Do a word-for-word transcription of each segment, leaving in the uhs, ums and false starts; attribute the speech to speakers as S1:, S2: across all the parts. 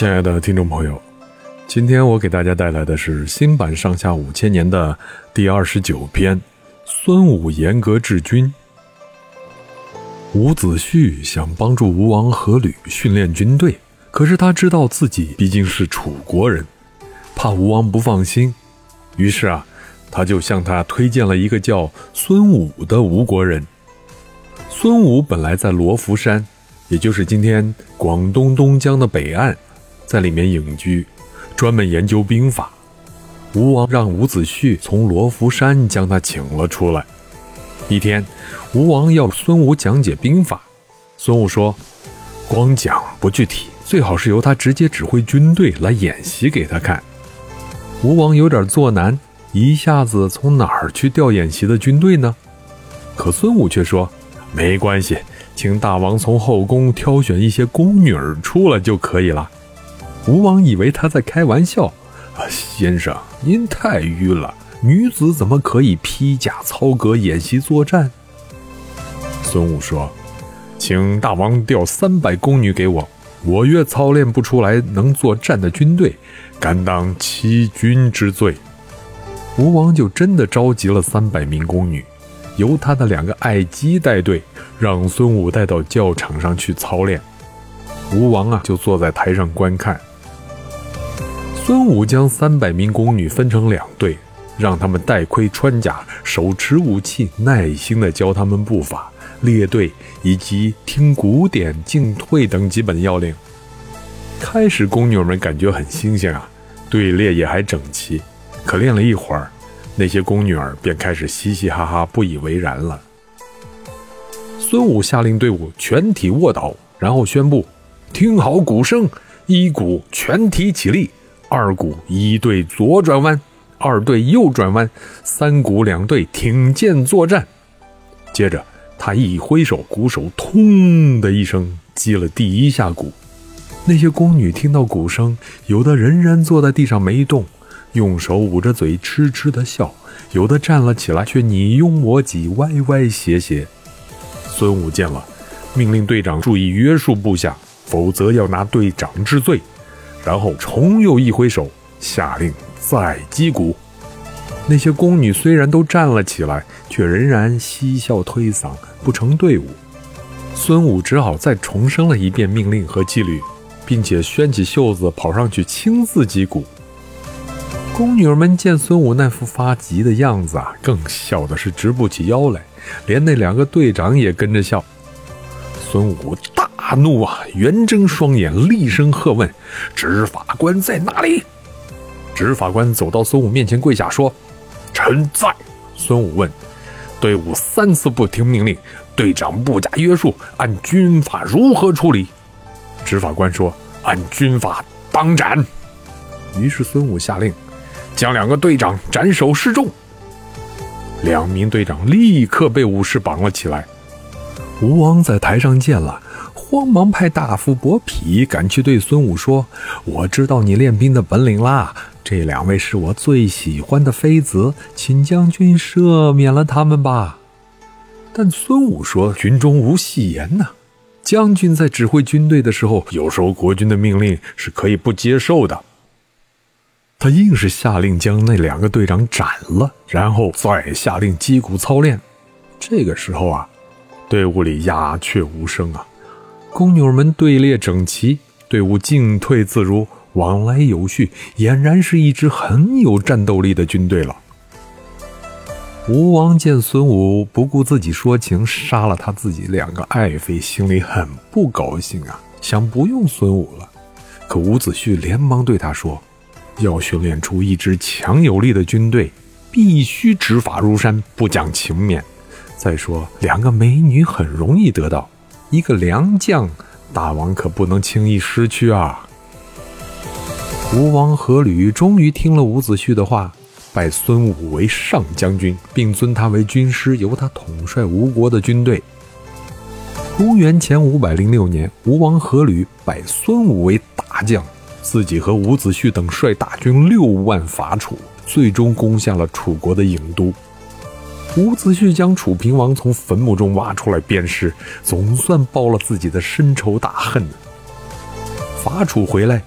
S1: 亲爱的听众朋友，今天我给大家带来的是新版上下五千年的第二十九篇孙武严格治军。伍子胥想帮助吴王阖闾训练军队，可是他知道自己毕竟是楚国人，怕吴王不放心，于是啊，他就向他推荐了一个叫孙武的吴国人。孙武本来在罗浮山，也就是今天广东东江的北岸，在里面隐居，专门研究兵法。吴王让伍子胥从罗浮山将他请了出来。一天，吴王要孙武讲解兵法，孙武说，光讲不具体，最好是由他直接指挥军队来演习给他看。吴王有点作难，一下子从哪儿去调演习的军队呢？可孙武却说，没关系，请大王从后宫挑选一些宫女儿出来就可以了。吴王以为他在开玩笑，啊，先生，您太愚了，女子怎么可以披甲操戈演习作战？孙武说，请大王调三百宫女给我，我越操练不出来能作战的军队，甘当欺君之罪。吴王就真的召集了三百名宫女，由他的两个爱姬带队，让孙武带到教场上去操练。吴王啊，就坐在台上观看。孙武将三百名宫女分成两队，让他们戴盔穿甲，手持武器，耐心地教他们步法、列队以及听鼓点、进退等基本要领。开始宫女们感觉很新鲜啊，队列也还整齐。可练了一会儿，那些宫女儿便开始嘻嘻哈哈，不以为然了。孙武下令队伍全体卧倒，然后宣布，听好鼓声，一鼓全体起立，二鼓一队左转弯，二队右转弯，三鼓两队挺剑作战。接着他一挥手，鼓手通的一声击了第一下鼓。那些宫女听到鼓声，有的仍然坐在地上没动，用手捂着嘴痴痴地笑，有的站了起来，却你拥我挤，歪歪斜斜。孙武见了，命令队长注意约束部下，否则要拿队长治罪。然后重又一挥手，下令再击鼓。那些宫女虽然都站了起来，却仍然嬉笑推搡，不成队伍。孙武只好再重申了一遍命令和纪律，并且掀起袖子跑上去亲自击鼓。宫女们见孙武那副发急的样子啊，更笑的是直不起腰来，连那两个队长也跟着笑。孙武大怒啊，圆睁双眼，厉声喝问，执法官在哪里？执法官走到孙武面前跪下说，臣在。孙武问，队伍三次不听命令，队长不加约束，按军法如何处理？执法官说，按军法当斩。于是孙武下令，将两个队长斩首示众。两名队长立刻被武士绑了起来。吴王在台上见了，慌忙派大夫伯嚭赶去对孙武说，我知道你练兵的本领啦，这两位是我最喜欢的妃子，请将军赦免了他们吧。但孙武说，军中无戏言呐、啊，将军在指挥军队的时候，有时候国君的命令是可以不接受的。他硬是下令将那两个队长斩了，然后再下令击鼓操练。这个时候啊，队伍里鸦雀无声啊，宫女们队列整齐，队伍进退自如，往来有序，俨然是一支很有战斗力的军队了。吴王见孙武不顾自己说情，杀了他自己两个爱妃，心里很不高兴啊，想不用孙武了。可伍子胥连忙对他说，要训练出一支强有力的军队，必须执法如山，不讲情面。再说两个美女很容易得到，一个良将，大王可不能轻易失去啊。吴王阖闾终于听了伍子胥的话，拜孙武为上将军，并尊他为军师，由他统帅吴国的军队。公元前五百零六年，吴王阖闾拜孙武为大将，自己和伍子胥等率大军六万伐楚，最终攻下了楚国的郢都。伍子胥将楚平王从坟墓中挖出来鞭尸，总算报了自己的深仇大恨。伐楚回来，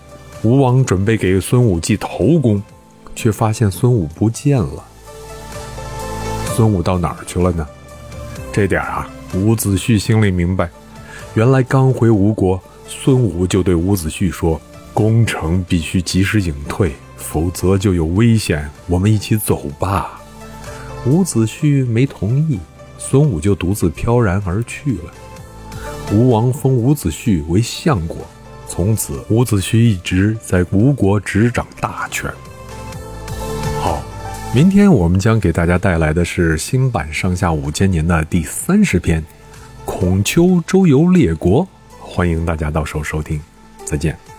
S1: 吴王准备给孙武记头功，却发现孙武不见了。孙武到哪儿去了呢？这点啊，伍子胥心里明白。原来刚回吴国，孙武就对伍子胥说，攻城必须及时隐退，否则就有危险，我们一起走吧。伍子胥没同意，孙武就独自飘然而去了。吴王封伍子胥为相国，从此伍子胥一直在吴国执掌大权。好，明天我们将给大家带来的是新版上下五千年的第三十篇，孔丘周游列国，欢迎大家到时候收听，再见。